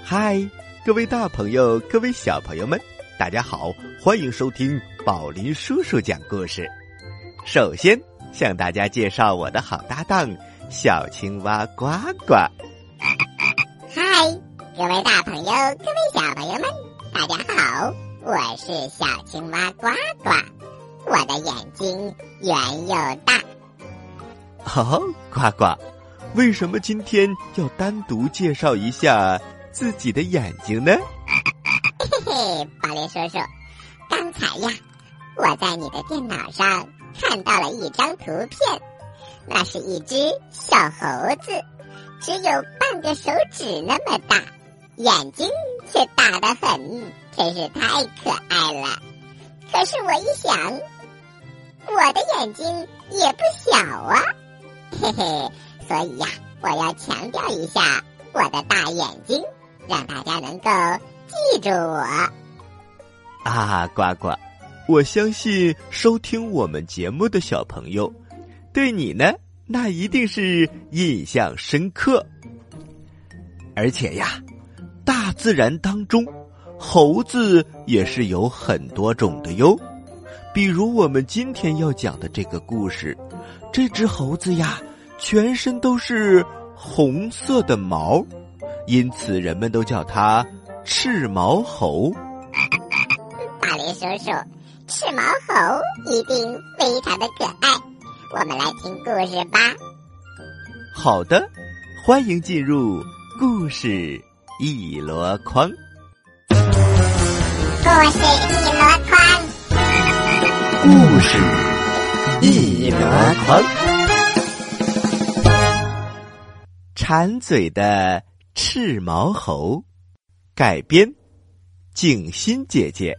嗨，各位大朋友，各位小朋友们，大家好，欢迎收听宝林叔叔讲故事。首先向大家介绍我的好搭档小青蛙呱呱。 嗨，各位大朋友，各位小朋友们，大家好，我是小青蛙呱呱，我的眼睛圆又大。 哦，呱呱，为什么今天要单独介绍一下自己的眼睛呢？ 嘿嘿，宝林叔叔，刚才呀，我在你的电脑上看到了一张图片，那是一只小猴子，只有半个手指那么大，眼睛却大得很，真是太可爱了。可是我一想，我的眼睛也不小啊，嘿嘿，所以呀，我要强调一下我的大眼睛，让大家能够记住我。 啊，呱呱，我相信收听我们节目的小朋友，对你呢，那一定是印象深刻。而且呀，大自然当中，猴子也是有很多种的哟。比如我们今天要讲的这个故事，这只猴子呀，全身都是红色的毛，因此人们都叫它赤毛猴。 大林叔叔，赤毛猴一定非常的可爱，我们来听故事吧。 好的，欢迎进入故事一箩筐。 故事一箩筐， 故事一箩筐。馋嘴的赤毛猴，改编静心姐姐。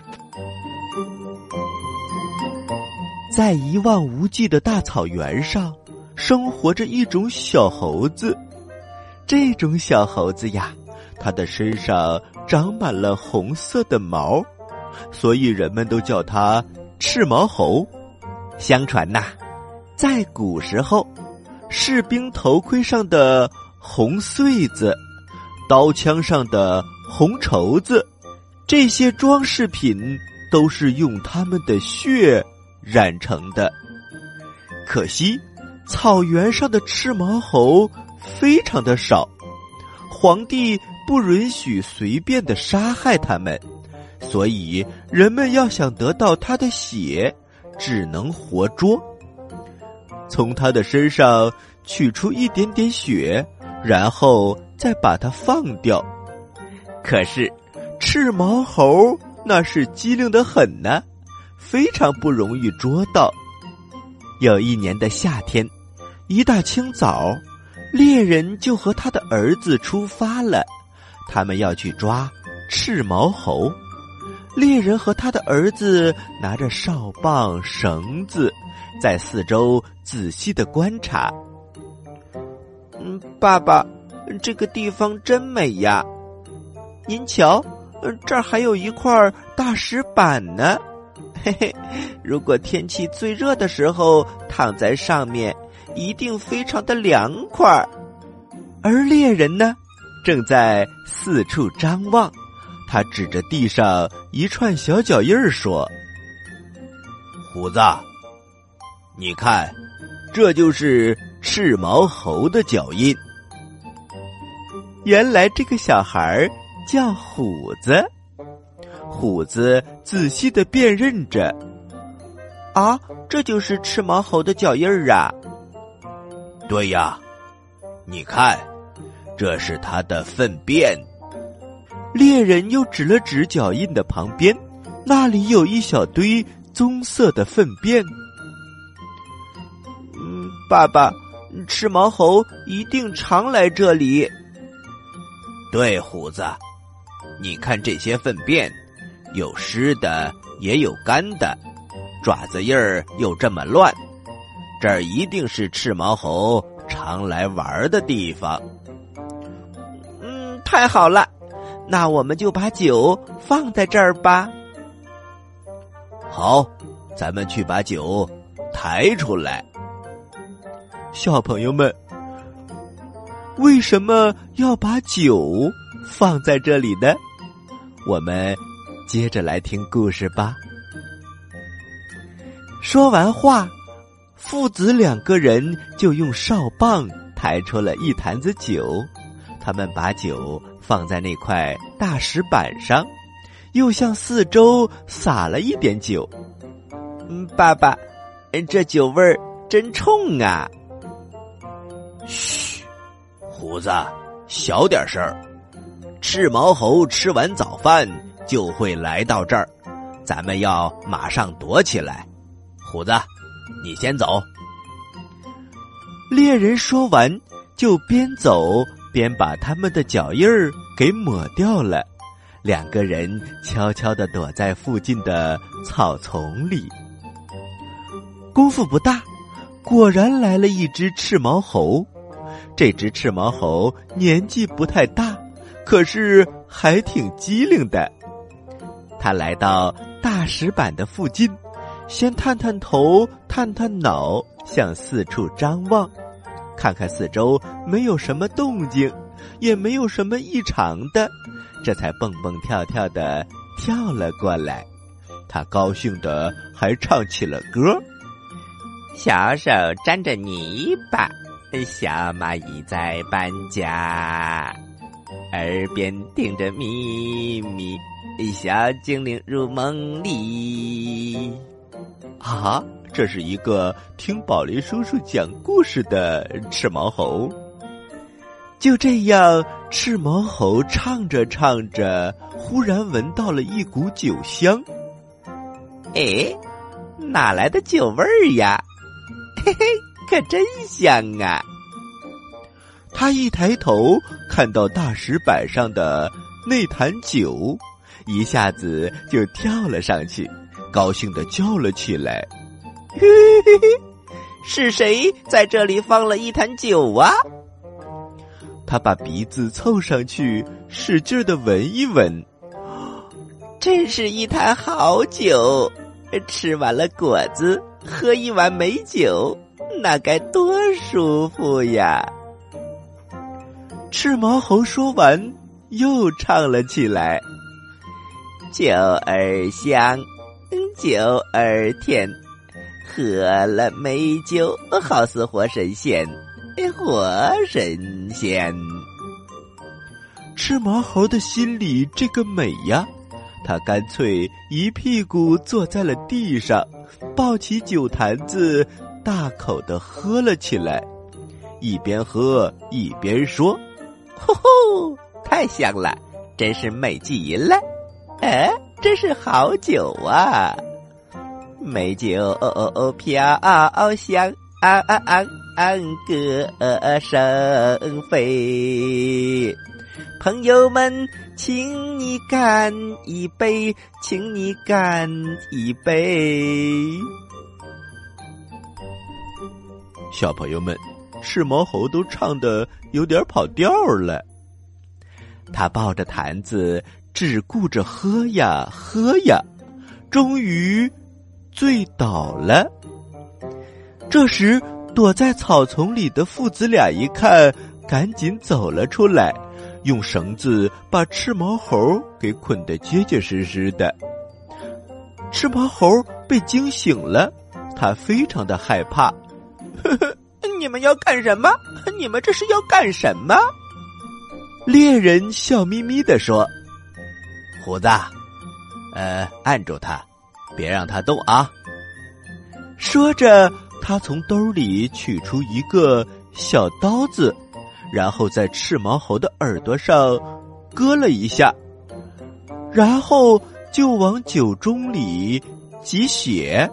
在一望无际的大草原上，生活着一种小猴子。这种小猴子呀，它的身上长满了红色的毛，所以人们都叫它赤毛猴。相传呐，在古时候，士兵头盔上的红穗子，刀枪上的红绸子，这些装饰品都是用他们的血染成的。可惜草原上的赤毛猴非常的少，皇帝不允许随便的杀害它们，所以人们要想得到它的血，只能活捉。从它的身上取出一点点血，然后再把它放掉。可是赤毛猴那是机灵得很呢，非常不容易捉到。有一年的夏天，一大清早，猎人就和他的儿子出发了，他们要去抓赤毛猴。猎人和他的儿子拿着哨棒、绳子，在四周仔细地观察。爸爸，这个地方真美呀！您瞧，这儿还有一块大石板呢。嘿嘿，如果天气最热的时候躺在上面，一定非常的凉快。而猎人呢，正在四处张望，他指着地上一串小脚印儿说：“虎子，你看，这就是赤毛猴的脚印。”原来这个小孩叫虎子。虎子仔细地辨认着，啊，这就是赤毛猴的脚印儿啊！对呀，你看，这是它的粪便。猎人又指了指脚印的旁边，那里有一小堆棕色的粪便。爸爸，赤毛猴一定常来这里。对，虎子，你看这些粪便，有湿的也有干的，爪子印儿又这么乱，这儿一定是赤毛猴常来玩的地方。太好了，那我们就把酒放在这儿吧。好，咱们去把酒抬出来。小朋友们，为什么要把酒放在这里呢？我们接着来听故事吧。说完话，父子2个人就用哨棒抬出了一坛子酒，他们把酒放在那块大石板上，又向四周洒了一点酒。爸爸，这酒味儿真冲啊！ 嘘，虎子，小点声儿。赤毛猴吃完早饭就会来到这儿，咱们要马上躲起来。虎子，你先走。 猎人说完，就边走边把他们的脚印儿给抹掉了。2个人悄悄地躲在附近的草丛里。功夫不大，果然来了一只赤毛猴。这只赤毛猴年纪不太大，可是还挺机灵的。他来到大石板的附近，先探探头，探探脑，向四处张望，看看四周没有什么动静，也没有什么异常的，这才蹦蹦跳跳地跳了过来。他高兴地还唱起了歌： 小手沾着泥巴，小蚂蚁在搬家，耳边听着秘密，小精灵入梦里。 啊，这是一个听宝林叔叔讲故事的赤毛猴。就这样，赤毛猴唱着唱着，忽然闻到了一股酒香。 哎，哪来的酒味儿呀？嘿嘿，可真香啊！ 他一抬头，看到大石板上的那坛酒，一下子就跳了上去，高兴地叫了起来： 嘿嘿嘿，是谁在这里放了一坛酒啊？ 他把鼻子凑上去，使劲地闻一闻。 真是一坛好酒，吃完了果子，喝一碗美酒，那该多舒服呀！ 赤毛猴说完，又唱了起来： 酒儿香，酒儿甜，喝了美酒，好似活神仙，活神仙。 赤毛猴的心里这个美呀，他干脆一屁股坐在了地上，抱起酒坛子，大口地喝了起来，一边喝一边说： 吼吼，太香了，真是美极了！哎，真是好酒啊！美酒飘香，歌声飞。朋友们，请你干一杯，请你干一杯。 小朋友们，赤毛猴都唱得有点跑调了。他抱着坛子，只顾着喝呀喝呀，终于醉倒了。这时，躲在草丛里的父子俩一看，赶紧走了出来，用绳子把赤毛猴给捆得结结实实的。赤毛猴被惊醒了，他非常的害怕。 呵呵，你们要干什么？你们这是要干什么？ 猎人笑眯眯地说： 虎子，按住他，别让他动啊。 说着，他从兜里取出一个小刀子，然后在赤毛猴的耳朵上割了一下，然后就往酒盅里挤血。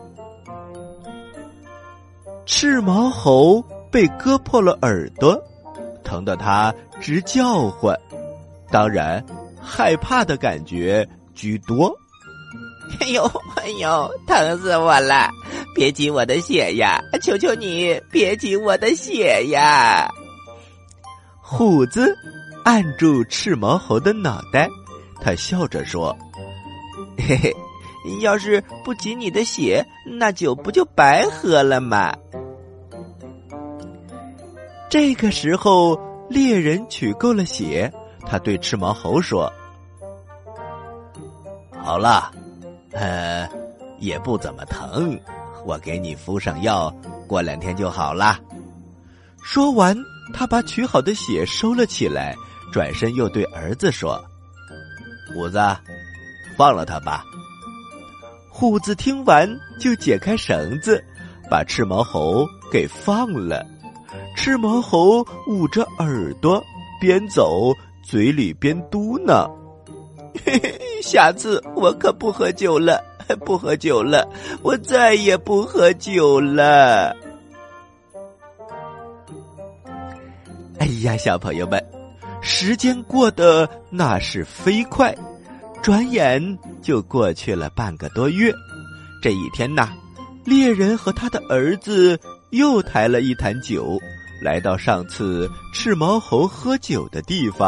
赤毛猴被割破了耳朵，疼得他直叫唤，当然害怕的感觉居多。 哎呦哎呦，疼死我了！别挤我的血呀！求求你，别挤我的血呀！ 虎子按住赤毛猴的脑袋，他笑着说： 嘿嘿，要是不挤你的血，那酒不就白喝了吗？ 这个时候，猎人取够了血， 他对赤毛猴说：“ 好了，也不怎么疼，我给你敷上药，过2天就好了。” 说完，他把取好的血收了起来，转身又对儿子说：“ 虎子，放了他吧。” 虎子听完就解开绳子，把赤毛猴给放了。赤毛猴捂着耳朵，边走嘴里边嘟囔：“嘿嘿，下次我可不喝酒了，不喝酒了，我再也不喝酒了。”哎呀，小朋友们，时间过得那是飞快，转眼就过去了半个多月。这一天呐，猎人和他的儿子又抬了一坛酒，来到上次赤毛猴喝酒的地方。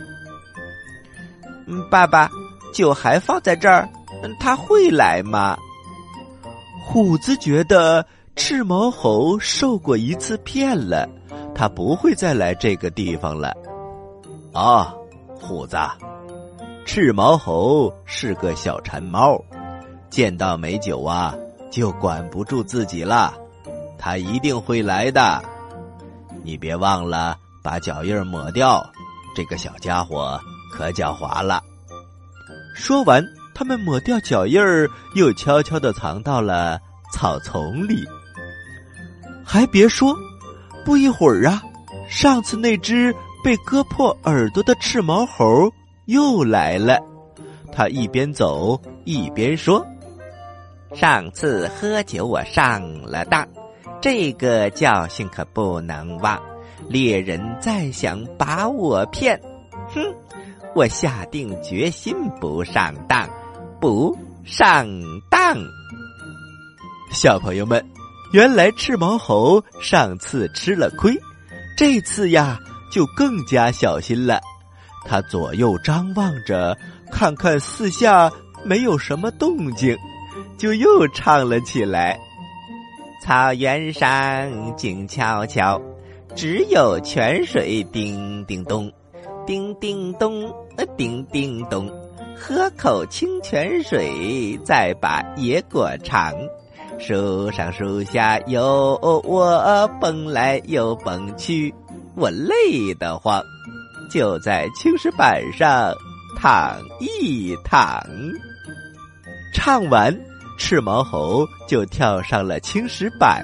爸爸，酒还放在这儿，他会来吗？虎子觉得赤毛猴受过一次骗了，他不会再来这个地方了。 哦，虎子，赤毛猴是个小馋猫，见到美酒啊，就管不住自己了。他一定会来的，你别忘了把脚印抹掉，这个小家伙可狡猾了。 说完，他们抹掉脚印儿，又悄悄地藏到了草丛里。还别说，不一会儿啊，上次那只被割破耳朵的赤毛猴又来了。他一边走一边说：“ 上次喝酒我上了当，这个教训可不能忘。猎人再想把我骗，哼，我下定决心不上当，不上当。” 小朋友们，原来赤毛猴上次吃了亏，这次呀就更加小心了。他左右张望着，看看四下没有什么动静，就又唱了起来：“ 草原上静悄悄，只有泉水叮叮咚，叮叮咚，叮叮咚。喝口清泉水，再把野果尝。树上树下有我，蹦来又蹦去，我累得慌，就在青石板上躺一躺。” 唱完，赤毛猴就跳上了青石板。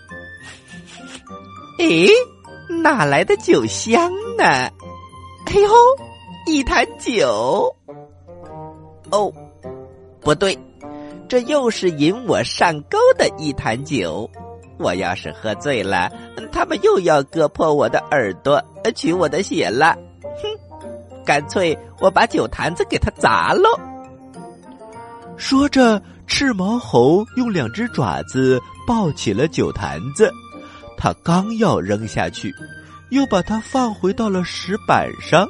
诶，哪来的酒香呢？哎呦，一坛酒！哦，不对，这又是引我上钩的一坛酒。我要是喝醉了，他们又要割破我的耳朵，取我的血了。哼，干脆我把酒坛子给他砸喽！ 说着，赤毛猴用2只爪子抱起了酒坛子，他刚要扔下去，又把它放回到了石板上。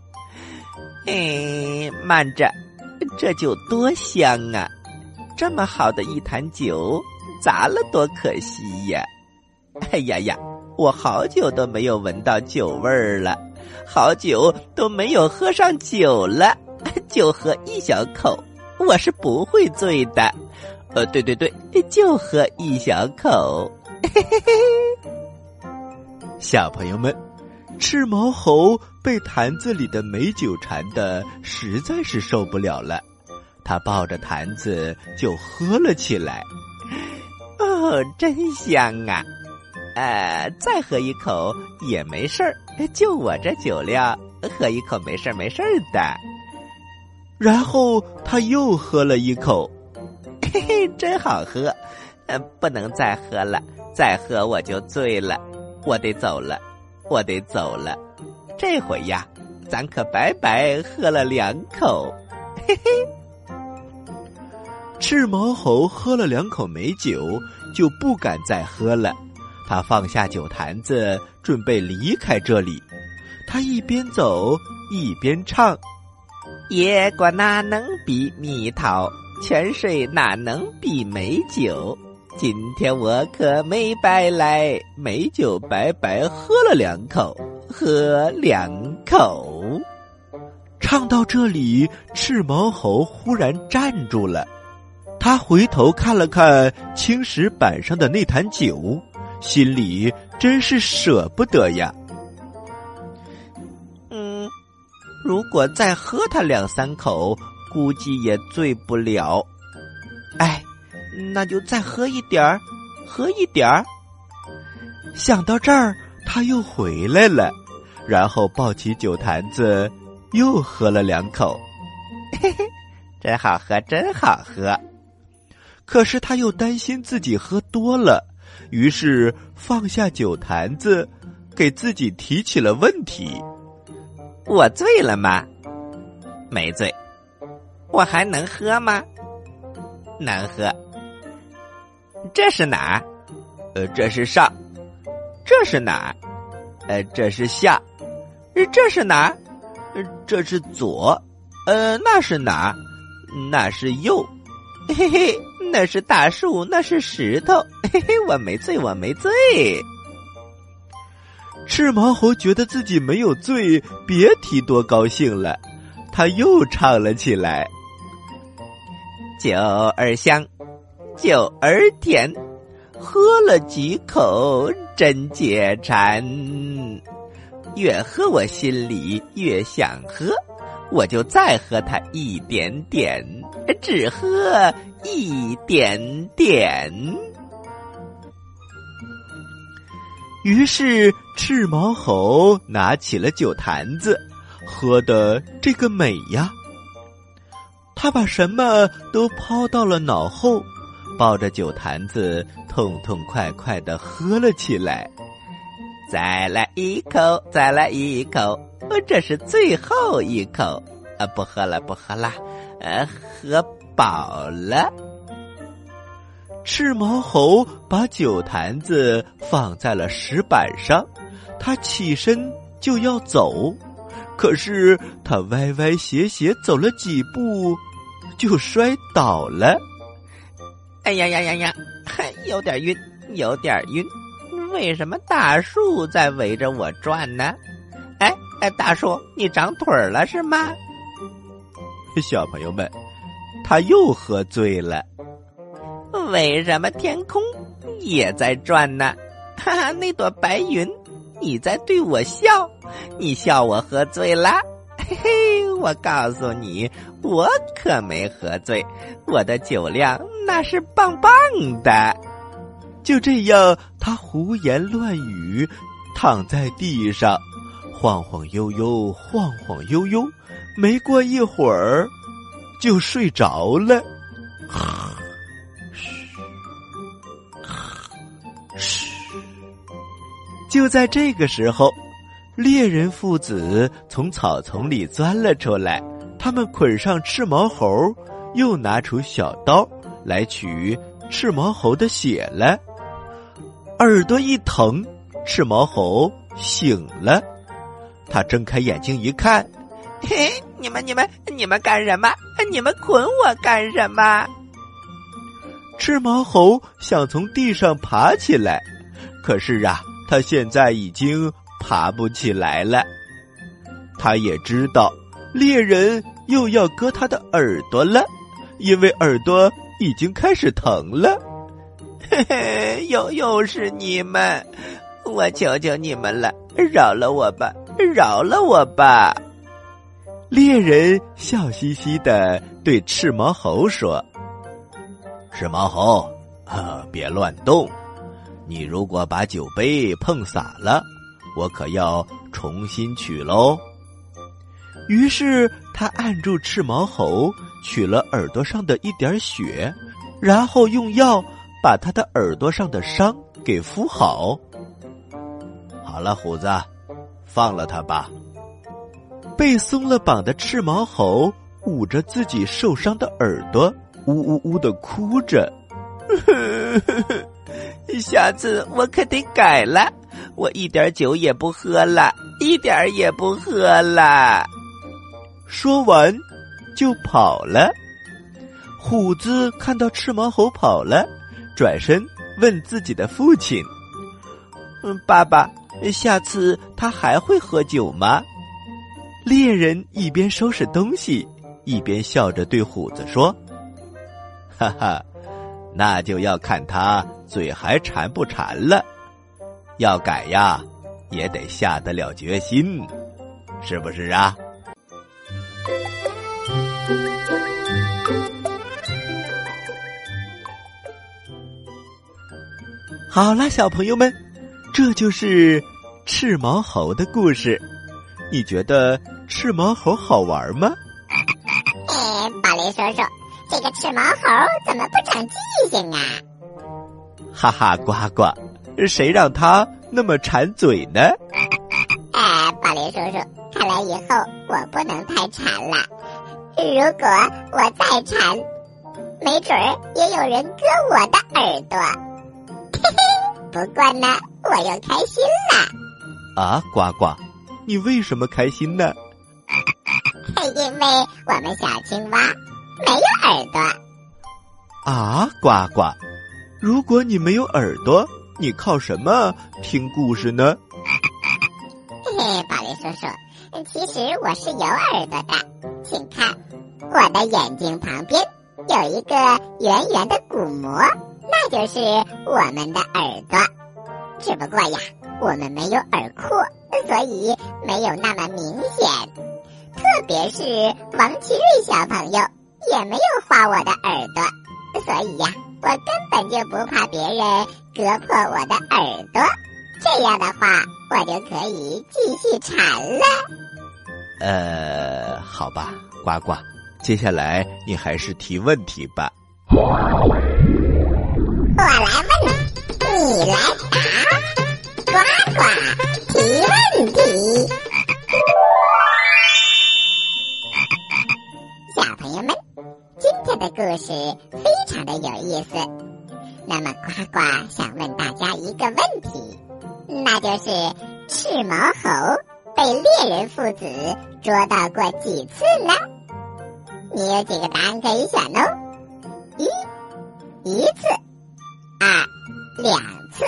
慢着，这酒多香啊！这么好的一坛酒，砸了多可惜呀！哎呀呀，我好久都没有闻到酒味儿了，好久都没有喝上酒了，就喝一小口，我是不会醉的。对，就喝一小口。嘿嘿嘿。 小朋友们，赤毛猴被坛子里的美酒馋得实在是受不了了，他抱着坛子就喝了起来。 哦，真香啊！再喝一口也没事儿，就我这酒量，喝一口没事的。 然后他又喝了一口， 嘿嘿，真好喝，不能再喝了，再喝我就醉了，我得走了。这回呀，咱可白白喝了2口，嘿嘿。 赤毛猴喝了2口美酒，就不敢再喝了。他放下酒坛子，准备离开这里。他一边走一边唱：“ 野果哪能比蜜桃，泉水哪能比美酒？今天我可没白来，美酒白白喝了2口，喝2口。” 唱到这里，赤毛猴忽然站住了，他回头看了看青石板上的那坛酒，心里真是舍不得呀。 如果再喝他2-3口，估计也醉不了。哎，那就再喝一点儿，喝一点儿。 想到这儿，他又回来了，然后抱起酒坛子，又喝了2口。 嘿嘿，真好喝，真好喝。 可是他又担心自己喝多了，于是放下酒坛子，给自己提起了问题。 我醉了吗？没醉。我还能喝吗？能喝。这是哪儿？这是上。这是哪儿？这是下。这是哪儿？这是左。那是哪儿？那是右。嘿嘿，那是大树，那是石头。嘿嘿，我没醉，我没醉。 赤毛猴觉得自己没有醉，别提多高兴了，他又唱了起来。 酒儿香，酒儿甜，喝了几口真解馋。越喝我心里越想喝，我就再喝它一点点，只喝一点点。 于是赤毛猴拿起了酒坛子，喝的这个美呀！他把什么都抛到了脑后，抱着酒坛子痛痛快快地喝了起来。 再来一口，再来一口，这是最后一口。不喝了，不喝了，喝饱了。 赤毛猴把酒坛子放在了石板上，他起身就要走，可是他歪歪斜斜走了几步，就摔倒了。 哎呀呀呀呀，有点晕，有点晕。为什么大树在围着我转呢？哎，大树，你长腿了是吗？ 小朋友们，他又喝醉了。 为什么天空也在转呢？哈哈，那朵白云，你在对我笑，你笑我喝醉了。嘿嘿，我告诉你，我可没喝醉，我的酒量那是棒棒的。 就这样，他胡言乱语，躺在地上，晃晃悠悠，晃晃悠悠，没过一会儿，就睡着了。就在这个时候，猎人父子从草丛里钻了出来，他们捆上赤毛猴，又拿出小刀来取赤毛猴的血了。耳朵一疼，赤毛猴醒了，他睁开眼睛一看， 嘿，你们干什么？你们捆我干什么？ 赤毛猴想从地上爬起来，可是啊，他现在已经爬不起来了。他也知道猎人又要割他的耳朵了，因为耳朵已经开始疼了。 嘿嘿，又是你们，我求求你们了，饶了我吧，饶了我吧。 猎人笑嘻嘻地对赤毛猴说： 赤毛猴，别乱动，你如果把酒杯碰洒了，我可要重新取喽。 于是他按住赤毛猴，取了耳朵上的一点血，然后用药把他的耳朵上的伤给敷好。 好了，虎子，放了他吧。 被松了绑的赤毛猴捂着自己受伤的耳朵，呜呜呜地哭着。 下次我可得改了，我一点酒也不喝了，一点也不喝了。 说完就跑了。虎子看到赤毛猴跑了，转身问自己的父亲：爸爸，下次他还会喝酒吗？ 猎人一边收拾东西，一边笑着对虎子说：“ 哈哈，那就要看他嘴还馋不馋了。要改呀，也得下得了决心，是不是啊？” 好了，小朋友们，这就是赤毛猴的故事。你觉得赤毛猴好玩吗？ 宝林叔叔，这个赤毛猴怎么不长记性啊？ 哈哈，呱呱，谁让他那么馋嘴呢？ 宝林叔叔，看来以后我不能太馋了。如果我再馋，没准儿也有人割我的耳朵。嘿嘿，不过呢，我又开心了。 啊，呱呱，你为什么开心呢？ 因为我们小青蛙没有耳朵。 啊，呱呱，如果你没有耳朵，你靠什么听故事呢？ 宝林叔叔，其实我是有耳朵的，请看，我的眼睛旁边有一个圆圆的鼓膜，那就是我们的耳朵。只不过呀，我们没有耳廓，所以没有那么明显。特别是王奇瑞小朋友也没有画我的耳朵，所以呀，我根本就不怕别人割破我的耳朵。这样的话，我就可以继续馋了。 好吧，呱呱，接下来你还是提问题吧。 我来问，你来答，呱呱提问题。小朋友们，今天的故事非常的有意思。那么呱呱想问大家一个问题，那就是赤毛猴被猎人父子捉到过几次呢？你有几个答案可以选哦。一次，2、2次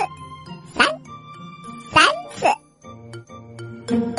，3、3次。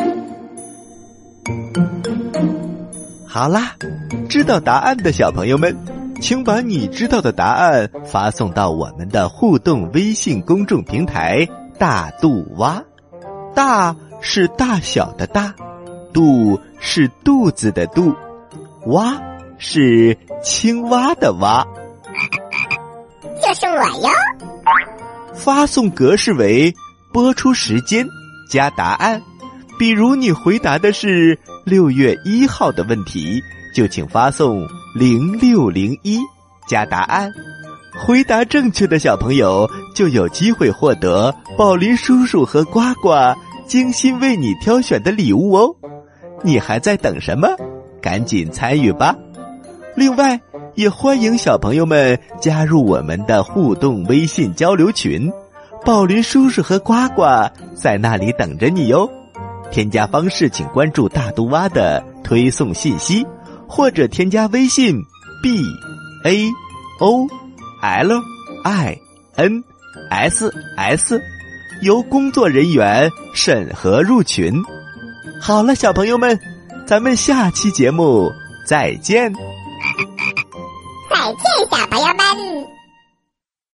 好啦，知道答案的小朋友们，请把你知道的答案发送到我们的互动微信公众平台大肚蛙。大是大小的大，肚是肚子的肚，蛙是青蛙的蛙。 就是我哟。 发送格式为播出时间加答案。比如你回答的是6月1号的问题，就请发送0601加答案。回答正确的小朋友就有机会获得宝林叔叔和呱呱精心为你挑选的礼物哦。你还在等什么？赶紧参与吧。另外，也欢迎小朋友们加入我们的互动微信交流群，宝林叔叔和呱呱在那里等着你哟。添加方式请关注大肚蛙的推送信息，或者添加微信 BAOLINSS， 由工作人员审核入群。好了，小朋友们，咱们下期节目再见。 再见，小朋友们。